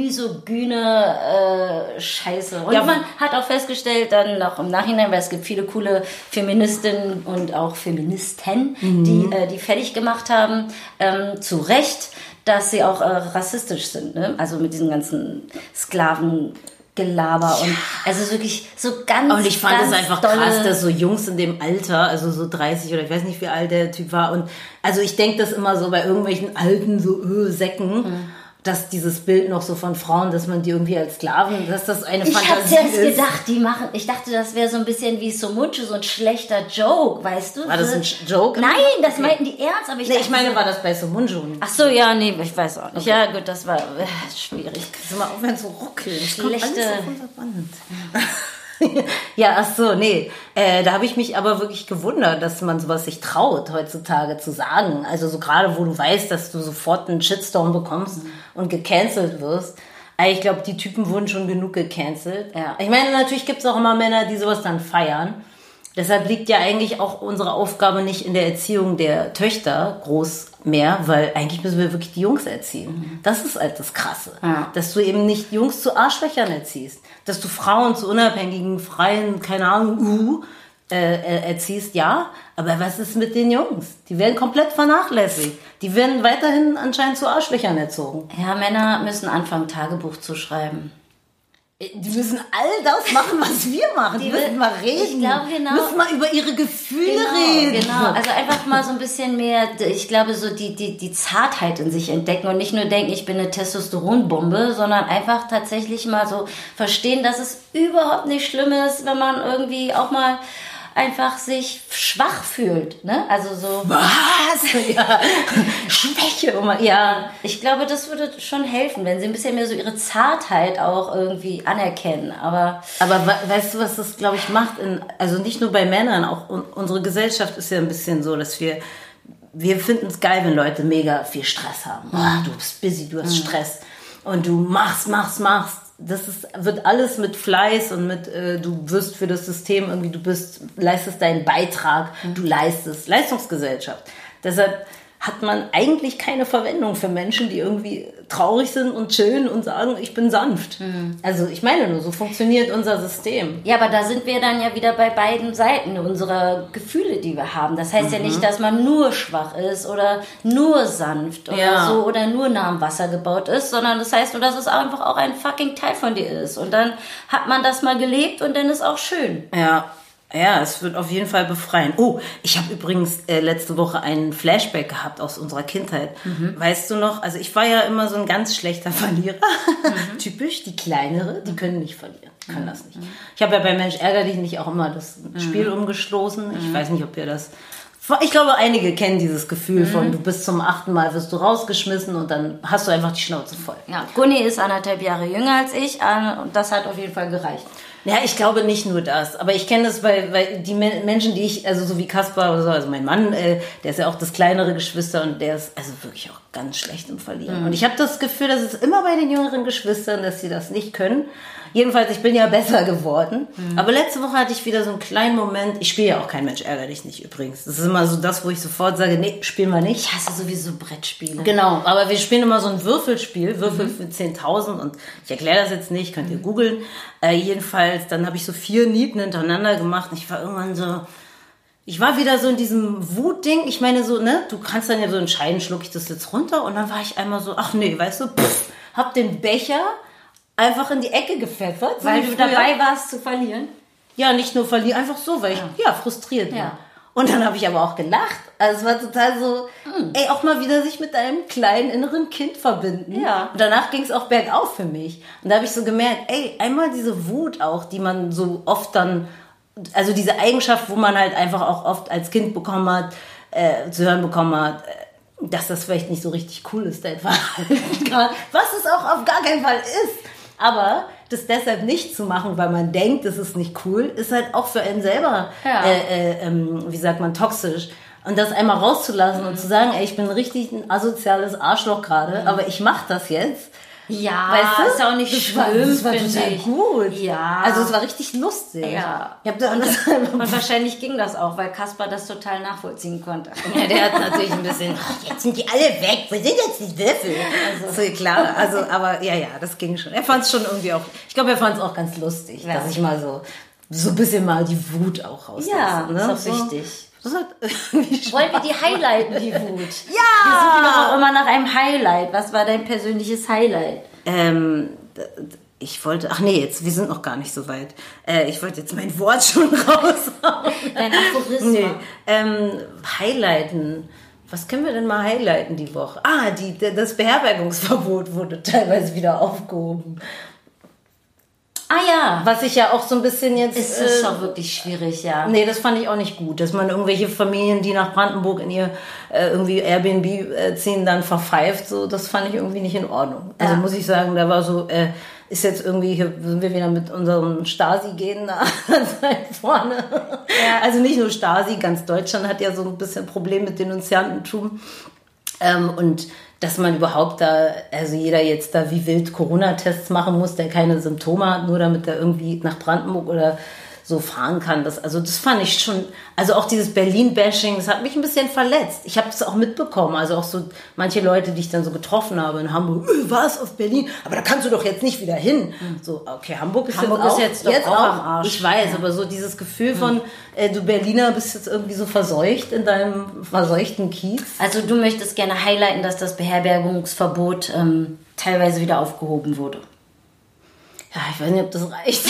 misogyne äh, Scheiße. Und ja, man hat auch festgestellt, dann noch im Nachhinein, weil es gibt viele coole Feministinnen und auch Feministen, mhm. die äh, die fertig gemacht haben, ähm, zu Recht, dass sie auch äh, rassistisch sind. Ne? Also mit diesen ganzen Sklaven. Gelaber und also wirklich so ganz und ich fand es einfach dolle. krass, dass so Jungs in dem Alter, also so dreißig oder ich weiß nicht, wie alt der Typ war, und also ich denke das immer so bei irgendwelchen alten so öh, Säcken, mhm. dass dieses Bild noch so von Frauen, dass man die irgendwie als Sklaven, dass das eine ich Fantasie ist. Ich habe zuerst ist. gedacht, die machen, ich dachte, das wäre so ein bisschen wie Somuncu, so ein schlechter Joke, weißt du? War das ein Joke? Nein, das okay. meinten die ernst, aber ich nee, dachte, ich meine, war das bei Somuncu? Ach so, ja, nee, ich weiß auch nicht. Okay. Ja, gut, das war äh, schwierig. Kannst du mal aufhören zu ruckeln? Schlechte... Ja, ach so, nee. Äh, da habe ich mich aber wirklich gewundert, dass man sowas sich traut, heutzutage zu sagen. Also so gerade, wo du weißt, dass du sofort einen Shitstorm bekommst mhm. und gecancelt wirst. Ich glaube, die Typen wurden schon genug gecancelt. Ja. Ich meine, natürlich gibt es auch immer Männer, die sowas dann feiern. Deshalb liegt ja eigentlich auch unsere Aufgabe nicht in der Erziehung der Töchter groß mehr, weil eigentlich müssen wir wirklich die Jungs erziehen. Mhm. Das ist halt das Krasse. Ja. Dass du eben nicht Jungs zu Arschlöchern erziehst. Dass du Frauen zu unabhängigen, freien, keine Ahnung, uh, äh, erziehst, ja. Aber was ist mit den Jungs? Die werden komplett vernachlässigt. Die werden weiterhin anscheinend zu Arschlöchern erzogen. Ja, Männer müssen anfangen, Tagebuch zu schreiben. Die müssen all das machen, was wir machen. Die, die müssen mal reden. Ich glaube, genau. Müssen mal über ihre Gefühle genau, reden. Genau, also einfach mal so ein bisschen mehr, ich glaube, so die, die, die Zartheit in sich entdecken und nicht nur denken, ich bin eine Testosteronbombe, sondern einfach tatsächlich mal so verstehen, dass es überhaupt nicht schlimm ist, wenn man irgendwie auch mal einfach sich schwach fühlt, ne? Also so... Was? Ja. Schwäche. Ja, ich glaube, das würde schon helfen, wenn sie ein bisschen mehr so ihre Zartheit auch irgendwie anerkennen, aber... Aber weißt du, was das, glaube ich, macht? In, also nicht nur bei Männern, auch unsere Gesellschaft ist ja ein bisschen so, dass wir... Wir finden es geil, wenn Leute mega viel Stress haben. Oh, du bist busy, du hast mhm. Stress. Und du machst, machst, machst. Das ist, wird alles mit Fleiß und mit, äh, du wirst für das System irgendwie, du bist, leistest deinen Beitrag, mhm. du leistest Leistungsgesellschaft. Deshalb hat man eigentlich keine Verwendung für Menschen, die irgendwie traurig sind und chillen und sagen, ich bin sanft. Mhm. Also ich meine nur, so funktioniert unser System. Ja, aber da sind wir dann ja wieder bei beiden Seiten unserer Gefühle, die wir haben. Das heißt mhm. ja nicht, dass man nur schwach ist oder nur sanft oder ja. so oder nur nah am Wasser gebaut ist, sondern das heißt nur, dass es einfach auch ein fucking Teil von dir ist. Und dann hat man das mal gelebt und dann ist auch schön. Ja. Ja, es wird auf jeden Fall befreien. Oh, ich habe übrigens äh, letzte Woche einen Flashback gehabt aus unserer Kindheit. Mhm. Weißt du noch, also ich war ja immer so ein ganz schlechter Verlierer. Mhm. Typisch, die Kleinere, die können nicht verlieren. Können mhm. das nicht. Ich habe ja bei Mensch ärger dich nicht auch immer das mhm. Spiel umgestoßen. Ich mhm. weiß nicht, ob ihr das... Ich glaube, einige kennen dieses Gefühl mhm. von, du bist zum achten Mal, wirst du rausgeschmissen und dann hast du einfach die Schnauze voll. Ja, Gunni ist anderthalb Jahre jünger als ich und das hat auf jeden Fall gereicht. Ja, ich glaube nicht nur das, aber ich kenne das bei, bei die Menschen, die ich, also so wie Kaspar oder so, also mein Mann, äh, der ist ja auch das kleinere Geschwister und der ist also wirklich auch ganz schlecht im Verlieren. Mhm. Und ich habe das Gefühl, dass es immer bei den jüngeren Geschwistern, dass sie das nicht können. Jedenfalls, ich bin ja besser geworden. Mhm. Aber letzte Woche hatte ich wieder so einen kleinen Moment. Ich spiele ja auch kein Mensch ärger dich nicht übrigens. Das ist immer so das, wo ich sofort sage, nee, spielen wir nicht. Ich hasse sowieso Brettspiele. Genau, aber wir spielen immer so ein Würfelspiel, Würfel mhm. für zehntausend und ich erkläre das jetzt nicht, könnt ihr mhm. googeln. Äh, jedenfalls, dann habe ich so vier Nieten hintereinander gemacht und ich war irgendwann so... Ich war wieder so in diesem Wutding. Ich meine so, ne, du kannst dann ja so entscheiden, schluck ich das jetzt runter und dann war ich einmal so, ach nee, weißt du, pff, hab den Becher einfach in die Ecke gepfeffert. Weil du früher dabei warst zu verlieren? Ja, nicht nur verlieren, einfach so, weil ich ja, frustriert war. Ja. Und dann habe ich aber auch gelacht. Also es war total so, mhm. ey, auch mal wieder sich mit deinem kleinen inneren Kind verbinden. Ja. Und danach ging es auch bergauf für mich. Und da habe ich so gemerkt, ey, einmal diese Wut auch, die man so oft dann, also diese Eigenschaft, wo man halt einfach auch oft als Kind bekommen hat, äh, zu hören bekommen hat, äh, dass das vielleicht nicht so richtig cool ist, dein Verhalten. Was es auch auf gar keinen Fall ist. Aber das deshalb nicht zu machen, weil man denkt, das ist nicht cool, ist halt auch für einen selber, ja. äh, äh, ähm, wie sagt man, toxisch. Und das einmal rauszulassen mhm. und zu sagen, ey, ich bin richtig ein asoziales Arschloch gerade, mhm. aber ich mach das jetzt. Ja, weißt du? Ist auch nicht das schlimm, war, das war total ich. gut. Ja. Also es war richtig lustig. Ja. Ich hab da und, das, und wahrscheinlich ging das auch, weil Kaspar das total nachvollziehen konnte. Ja, der hat natürlich ein bisschen, oh, jetzt sind die alle weg, wo sind jetzt die Würfel? Also. So, klar, also, aber ja, ja, das ging schon. Er fand es schon irgendwie auch, ich glaube, er fand es auch ganz lustig, ja. dass ich mal so, so ein bisschen mal die Wut auch rauslasse. Ja, ne? ist auch so. Wichtig. Das hat wollen wir die highlighten, die Wut? Ja! Wir suchen doch auch immer nach einem Highlight. Was war dein persönliches Highlight? Ähm, ich wollte, ach nee, jetzt, wir sind noch gar nicht so weit. Äh, ich wollte jetzt mein Wort schon raushauen. Dein Aphorisma. Nee, ähm, highlighten. Was können wir denn mal highlighten die Woche? Ah, die, das Beherbergungsverbot wurde teilweise wieder aufgehoben. Ah ja. Was ich ja auch so ein bisschen jetzt... Es ist äh, auch wirklich schwierig, ja. Nee, das fand ich auch nicht gut, dass man irgendwelche Familien, die nach Brandenburg in ihr äh, irgendwie Airbnb äh, ziehen, dann verpfeift. So, das fand ich irgendwie nicht in Ordnung. Also ja. muss ich sagen, da war so... Äh, ist jetzt irgendwie, hier sind wir wieder mit unserem Stasi-Gen da vorne. Ja. Also nicht nur Stasi, ganz Deutschland hat ja so ein bisschen Problem mit Denunziantentum. Ähm, und dass man überhaupt da, also jeder jetzt da wie wild Corona-Tests machen muss, der keine Symptome hat, nur damit er irgendwie nach Brandenburg oder so fahren kann. Das, also das fand ich schon, also auch dieses Berlin-Bashing, das hat mich ein bisschen verletzt. Ich habe das auch mitbekommen, also auch so manche Leute, die ich dann so getroffen habe in Hamburg, äh, was auf Berlin, aber da kannst du doch jetzt nicht wieder hin. Mhm. So, okay, Hamburg ist Hamburg jetzt auch, ist jetzt, doch jetzt auch, auch am Arsch. Ich weiß, ja. aber so dieses Gefühl von, äh, du Berliner bist jetzt irgendwie so verseucht in deinem verseuchten Kiez. Also du möchtest gerne highlighten, dass das Beherbergungsverbot ähm, teilweise wieder aufgehoben wurde. Ja, ich weiß nicht, ob das reicht.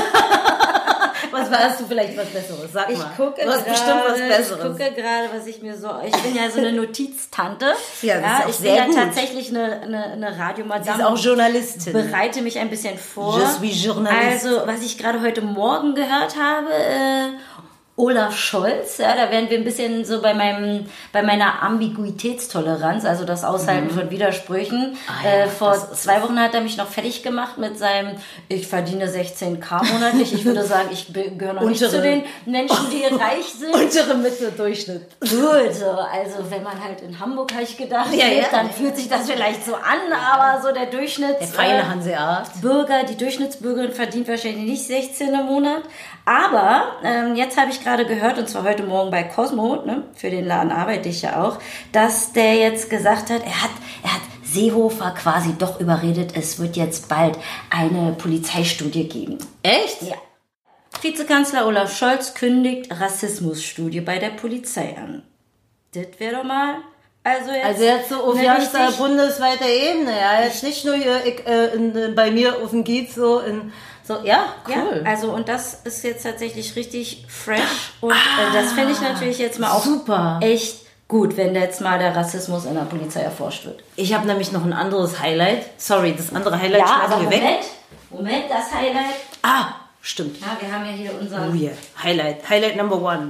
Was war, hast du vielleicht was Besseres? Sag ich mal. Gucke du hast grade, bestimmt was Besseres. Ich gucke gerade, was ich mir so... Ich bin ja so eine Notiztante. Ja, das ja, ist auch ich sehr bin gut. ja tatsächlich eine, eine, eine Radiomadame. Sie ist auch Journalistin. Bereite mich ein bisschen vor. Je suis Journalist. Also, was ich gerade heute Morgen gehört habe... Äh, Olaf Scholz, ja, da wären wir ein bisschen so bei meinem, bei meiner Ambiguitätstoleranz, also das Aushalten mhm. von Widersprüchen. Ah, ja, äh, vor zwei Wochen hat er mich noch fertig gemacht mit seinem, ich verdiene sechzehn Tausend monatlich. Ich würde sagen, ich gehöre noch nicht zu den Menschen, die reich sind. Untere Mitte Durchschnitt. Gut, so, also wenn man halt in Hamburg, habe ich gedacht, ja, lebt, ja. dann fühlt sich das vielleicht so an, aber so der Durchschnitts... Der feine äh, Hanseat. Bürger, die Durchschnittsbürgerin verdient wahrscheinlich nicht sechzehn im Monat. Aber ähm, jetzt habe ich gerade gehört, und zwar heute Morgen bei Cosmo, ne, für den Laden arbeite ich ja auch, dass der jetzt gesagt hat, er hat, er hat Seehofer quasi doch überredet, es wird jetzt bald eine Polizeistudie geben. Echt? Ja. Vizekanzler Olaf Scholz kündigt Rassismusstudie bei der Polizei an. Das wäre doch mal... Also jetzt, also jetzt so auf ganzer bundesweiter Ebene, ja, jetzt nicht nur hier, ich, äh, in, bei mir auf dem Kiez so in... So, ja, cool. Ja, also und das ist jetzt tatsächlich richtig fresh und ah, äh, das finde ich natürlich jetzt mal auch super. Echt gut, wenn jetzt mal der Rassismus in der Polizei erforscht wird. Ich habe nämlich noch ein anderes Highlight. Sorry, das andere Highlight ja, schmeißen aber wir Moment, weg. Moment, das Highlight. Ah, stimmt. Ja, wir haben ja hier unser... Oh yeah, Highlight, Highlight number one.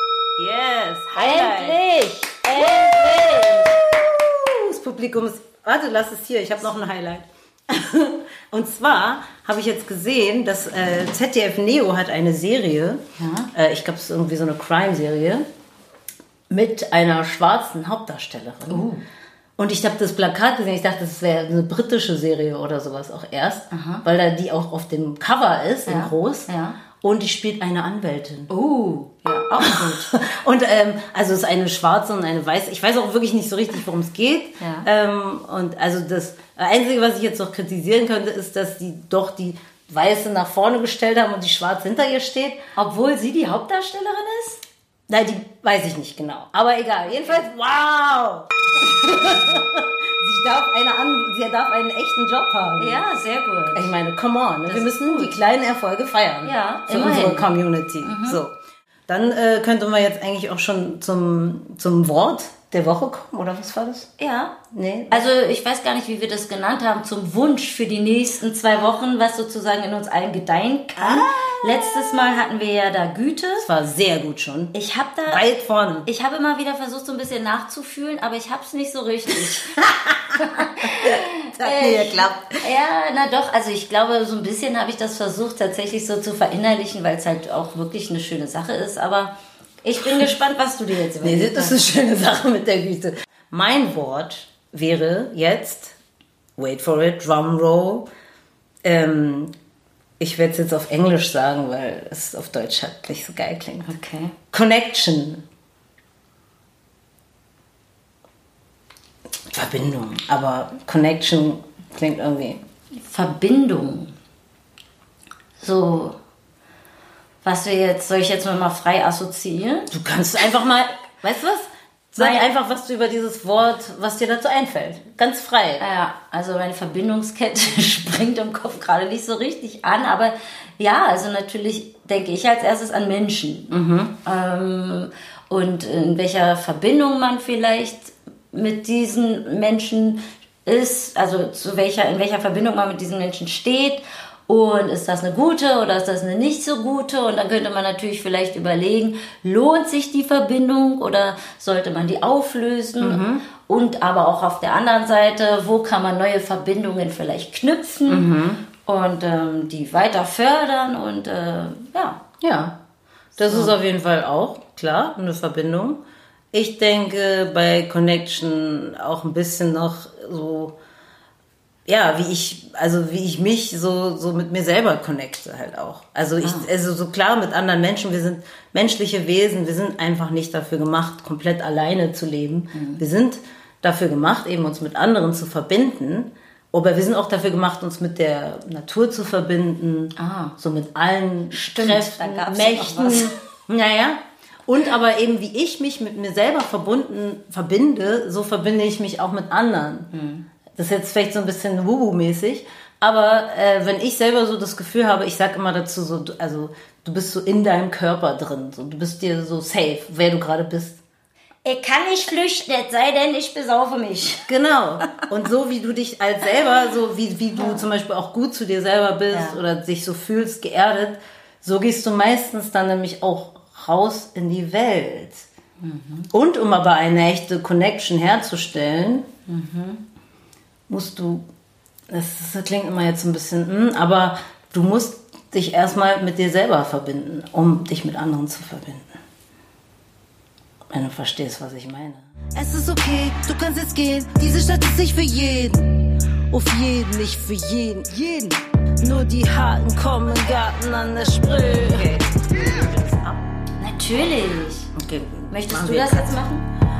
Yes, Highlight. Endlich, endlich. Das Publikum ist... Warte, lass es hier, ich habe noch ein Highlight. Und zwar habe ich jetzt gesehen, dass äh, Z D F Neo hat eine Serie, ja. äh, ich glaube, es ist irgendwie so eine Crime-Serie, mit einer schwarzen Hauptdarstellerin. Uh. Und ich habe das Plakat gesehen, ich dachte, das wäre eine britische Serie oder sowas auch erst, Aha. weil da die auch auf dem Cover ist, ja. in groß. Ja. Und die spielt eine Anwältin. Oh, ja, auch gut. Und ähm, also es ist eine schwarze und eine weiße. Ich weiß auch wirklich nicht so richtig, worum es geht. Ja. Ähm, und also das Einzige, was ich jetzt noch kritisieren könnte, ist, dass die doch die Weiße nach vorne gestellt haben und die Schwarze hinter ihr steht. Obwohl sie die Hauptdarstellerin ist? Nein, die weiß ich nicht genau. Aber egal. Jedenfalls, wow! Sie darf, eine an, sie darf einen echten Job haben. Ja, sehr gut. Ich meine, come on. Ne? Wir müssen die kleinen Erfolge feiern. Ja, für immerhin. Unsere Community. Mhm. So. Dann äh, könnten wir jetzt eigentlich auch schon zum, zum Wort der Woche kommen, oder was war das? Ja. Nee. Also ich weiß gar nicht, wie wir das genannt haben, zum Wunsch für die nächsten zwei Wochen, was sozusagen in uns allen gedeihen kann. Ah. Letztes Mal hatten wir ja da Güte. Das war sehr gut schon. Ich habe da... Weit vorne. Ich habe immer wieder versucht, so ein bisschen nachzufühlen, aber ich habe es nicht so richtig. Das hat mir geklappt. Ja, na doch, also ich glaube, so ein bisschen habe ich das versucht, tatsächlich so zu verinnerlichen, weil es halt auch wirklich eine schöne Sache ist, aber... Ich bin gespannt, was du dir jetzt überlegst. Nee, das ist eine schöne Sache mit der Güte. Mein Wort wäre jetzt, wait for it, drum roll, ähm, ich werde es jetzt auf Englisch sagen, weil es auf Deutsch halt nicht so geil klingt. Okay. Connection. Verbindung, aber Connection klingt irgendwie... Verbindung. So... Was wir jetzt, soll ich jetzt mal frei assoziieren? Du kannst einfach mal, weißt du was? Sag Nein. einfach, was du über dieses Wort, was dir dazu einfällt. Ganz frei. Ja, also meine Verbindungskette springt im Kopf gerade nicht so richtig an, aber ja, also natürlich denke ich als erstes an Menschen. Mhm. Ähm, und in welcher Verbindung man vielleicht mit diesen Menschen ist, also zu welcher, in welcher Verbindung man mit diesen Menschen steht. Und ist das eine gute oder ist das eine nicht so gute? Und dann könnte man natürlich vielleicht überlegen, lohnt sich die Verbindung oder sollte man die auflösen? Mhm. Und aber auch auf der anderen Seite, wo kann man neue Verbindungen vielleicht knüpfen mhm. und ähm, die weiter fördern? Und äh, ja. Ja, das so. Ist auf jeden Fall auch, klar, eine Verbindung. Ich denke bei Connection auch ein bisschen noch so, ja, wie ich, also wie ich mich so, so mit mir selber connecte halt auch. Also ich, ah. also so klar mit anderen Menschen, wir sind menschliche Wesen, wir sind einfach nicht dafür gemacht, komplett alleine zu leben. Mhm. Wir sind dafür gemacht, eben uns mit anderen zu verbinden. Aber wir sind auch dafür gemacht, uns mit der Natur zu verbinden. Ah. So mit allen Kräften, Mächten. Naja. Und aber eben, wie ich mich mit mir selber verbunden verbinde, so verbinde ich mich auch mit anderen. Mhm. Das ist jetzt vielleicht so ein bisschen Wuhu-mäßig, aber äh, wenn ich selber so das Gefühl habe, ich sag immer dazu so, also du bist so in deinem Körper drin, so, du bist dir so safe, wer du gerade bist. Ich kann nicht flüchten, es sei denn, ich besaufe mich. Genau. Und so wie du dich als selber, so wie, wie du ja. zum Beispiel auch gut zu dir selber bist ja. oder dich so fühlst, geerdet, so gehst du meistens dann nämlich auch raus in die Welt. Mhm. Und um aber eine echte Connection herzustellen, mhm. musst du, das, das klingt immer jetzt ein bisschen, mh, aber du musst dich erstmal mit dir selber verbinden, um dich mit anderen zu verbinden. Wenn du verstehst, was ich meine. Es ist okay, du kannst jetzt gehen. Diese Stadt ist nicht für jeden. Auf jeden, nicht für jeden. Jeden. Nur die Harten kommen im Garten an der Spree. Okay. Natürlich. Okay. Möchtest machen du das jetzt machen?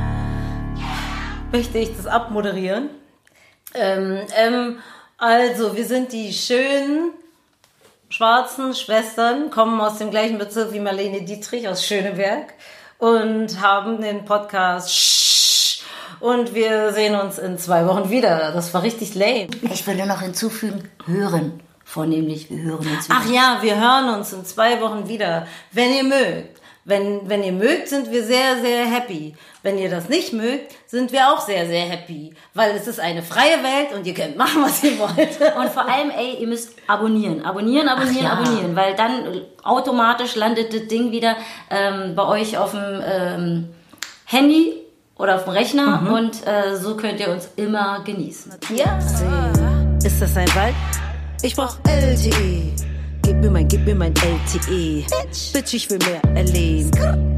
Möchte ich das abmoderieren? Ähm, ähm, also, wir sind die schönen schwarzen Schwestern, kommen aus dem gleichen Bezirk wie Marlene Dietrich aus Schöneberg und haben den Podcast und wir sehen uns in zwei Wochen wieder. Das war richtig lame. Ich würde noch hinzufügen, hören. Vornehmlich, wir hören uns wieder. Ach ja, wir hören uns in zwei Wochen wieder, wenn ihr mögt. Wenn, wenn ihr mögt, sind wir sehr, sehr happy. Wenn ihr das nicht mögt, sind wir auch sehr, sehr happy. Weil es ist eine freie Welt und ihr könnt machen, was ihr wollt. Und vor allem, ey, ihr müsst abonnieren. Abonnieren, abonnieren, ja. abonnieren. Weil dann automatisch landet das Ding wieder ähm, bei euch auf dem ähm, Handy oder auf dem Rechner. Mhm. Und äh, so könnt ihr uns immer genießen. Ja. Ist das ein Wald? Ich brauch L T E. Gib mir mein, gib mir mein L T E. Bitch, Bitch ich will mehr erleben.